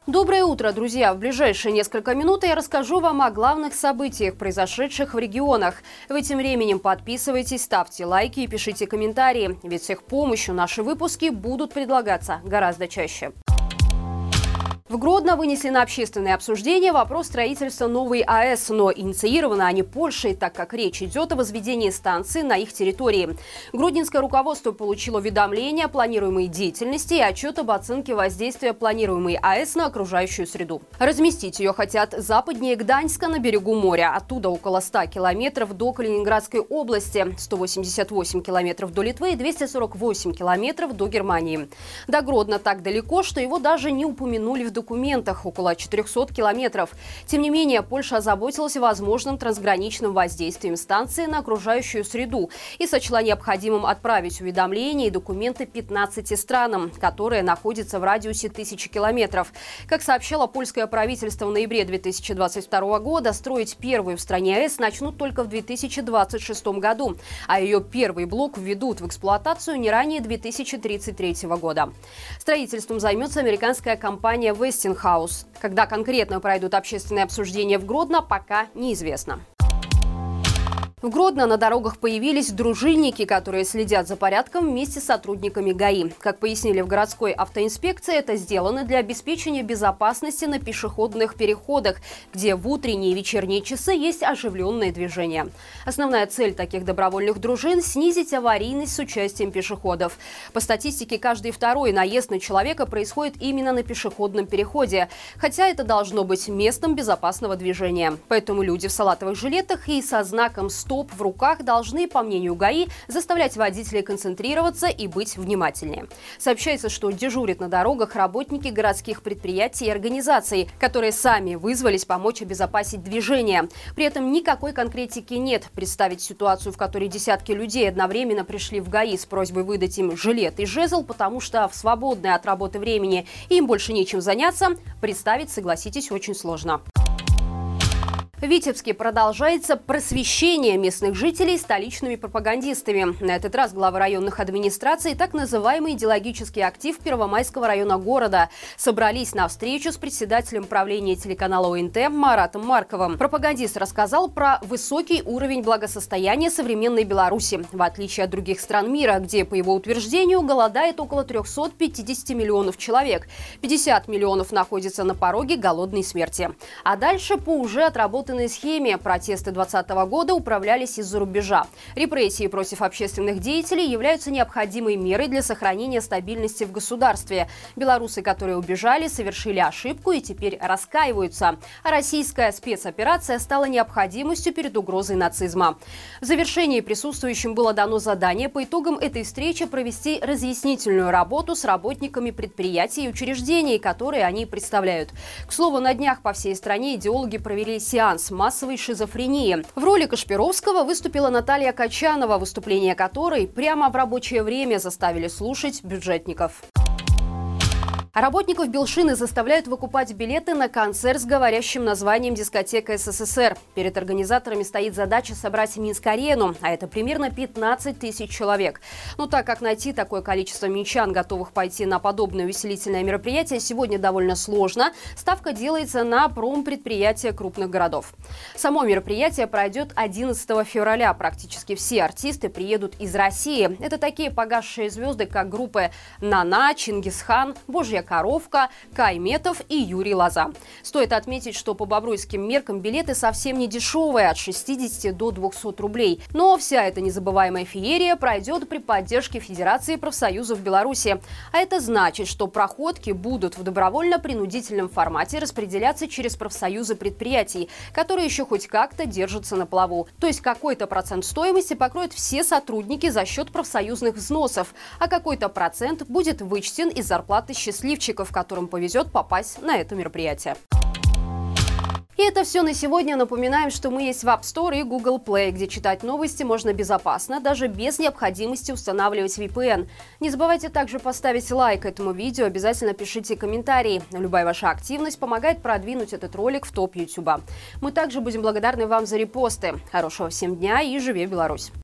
Доброе утро, друзья! В ближайшие несколько минут я расскажу вам о главных событиях, произошедших в регионах. Вы тем временем подписывайтесь, ставьте лайки и пишите комментарии, ведь с их помощью наши выпуски будут предлагаться гораздо чаще. В Гродно вынесли на общественное обсуждение вопрос строительства новой АЭС, но инициированы они Польшей, так как речь идет о возведении станции на их территории. Гродненское руководство получило уведомление о планируемой деятельности и отчет об оценке воздействия планируемой АЭС на окружающую среду. Разместить ее хотят западнее Гданьска на берегу моря. Оттуда около 100 километров до Калининградской области, 188 километров до Литвы и 248 километров до Германии. До Гродно так далеко, что его даже не упомянули в документах, около 400 километров. Тем не менее, Польша озаботилась возможным трансграничным воздействием станции на окружающую среду и сочла необходимым отправить уведомления и документы 15 странам, которые находятся в радиусе 1000 километров. Как сообщало польское правительство в ноябре 2022 года, строить первую в стране АЭС начнут только в 2026 году, а ее первый блок введут в эксплуатацию не ранее 2033 года. Строительством займется американская компания Westinghouse. Когда конкретно пройдут общественные обсуждения в Гродно, пока неизвестно. В Гродно на дорогах появились дружинники, которые следят за порядком вместе с сотрудниками ГАИ. Как пояснили в городской автоинспекции, это сделано для обеспечения безопасности на пешеходных переходах, где в утренние и вечерние часы есть оживленное движение. Основная цель таких добровольных дружин – снизить аварийность с участием пешеходов. По статистике, каждый второй наезд на человека происходит именно на пешеходном переходе, хотя это должно быть местом безопасного движения. Поэтому люди в салатовых жилетах и со знаком «Стоп» в руках должны, по мнению ГАИ, заставлять водителей концентрироваться и быть внимательнее. Сообщается, что дежурят на дорогах работники городских предприятий и организаций, которые сами вызвались помочь обезопасить движение. При этом никакой конкретики нет. Представить ситуацию, в которой десятки людей одновременно пришли в ГАИ с просьбой выдать им жилет и жезл, потому что в свободное от работы времени им больше нечем заняться, представить, согласитесь, очень сложно. В Витебске продолжается просвещение местных жителей столичными пропагандистами. На этот раз главы районных администраций, так называемый идеологический актив Первомайского района города, собрались на встречу с председателем правления телеканала ОНТ Маратом Марковым. Пропагандист рассказал про высокий уровень благосостояния современной Беларуси, в отличие от других стран мира, где, по его утверждению, голодает около 350 миллионов человек. 50 миллионов находятся на пороге голодной смерти. А дальше по уже отработанной схеме протесты 2020 года управлялись из-за рубежа. Репрессии против общественных деятелей являются необходимой мерой для сохранения стабильности в государстве. Белорусы, которые убежали, совершили ошибку и теперь раскаиваются. А российская спецоперация стала необходимостью перед угрозой нацизма. В завершении присутствующим было дано задание по итогам этой встречи провести разъяснительную работу с работниками предприятий и учреждений, которые они представляют. К слову, на днях по всей стране идеологи провели сеанс массовой шизофрении. В роли Кашпировского выступила Наталья Качанова, выступление которой прямо в рабочее время заставили слушать бюджетников. Работников Белшины заставляют выкупать билеты на концерт с говорящим названием «Дискотека СССР». Перед организаторами стоит задача собрать Минск-арену, а это примерно 15 тысяч человек. Но так как найти такое количество минчан, готовых пойти на подобное увеселительное мероприятие, сегодня довольно сложно, ставка делается на промпредприятия крупных городов. Само мероприятие пройдет 11 февраля. Практически все артисты приедут из России. Это такие погасшие звезды, как группы «Нана», «Чингисхан», «Божья коровка», Кайметов и Юрий Лоза. Стоит отметить, что по бобруйским меркам билеты совсем не дешевые, от 60 до 200 рублей. Но вся эта незабываемая феерия пройдет при поддержке Федерации профсоюзов Беларуси. А это значит, что проходки будут в добровольно-принудительном формате распределяться через профсоюзы предприятий, которые еще хоть как-то держатся на плаву. То есть какой-то процент стоимости покроют все сотрудники за счет профсоюзных взносов, а какой-то процент будет вычтен из зарплаты счастливчиков, которым повезет попасть на это мероприятие. И это все на сегодня. Напоминаем, что мы есть в App Store и Google Play, где читать новости можно безопасно, даже без необходимости устанавливать VPN. Не забывайте также поставить лайк этому видео, обязательно пишите комментарии. Любая ваша активность помогает продвинуть этот ролик в топ YouTube. Мы также будем благодарны вам за репосты. Хорошего всем дня и живи Беларусь!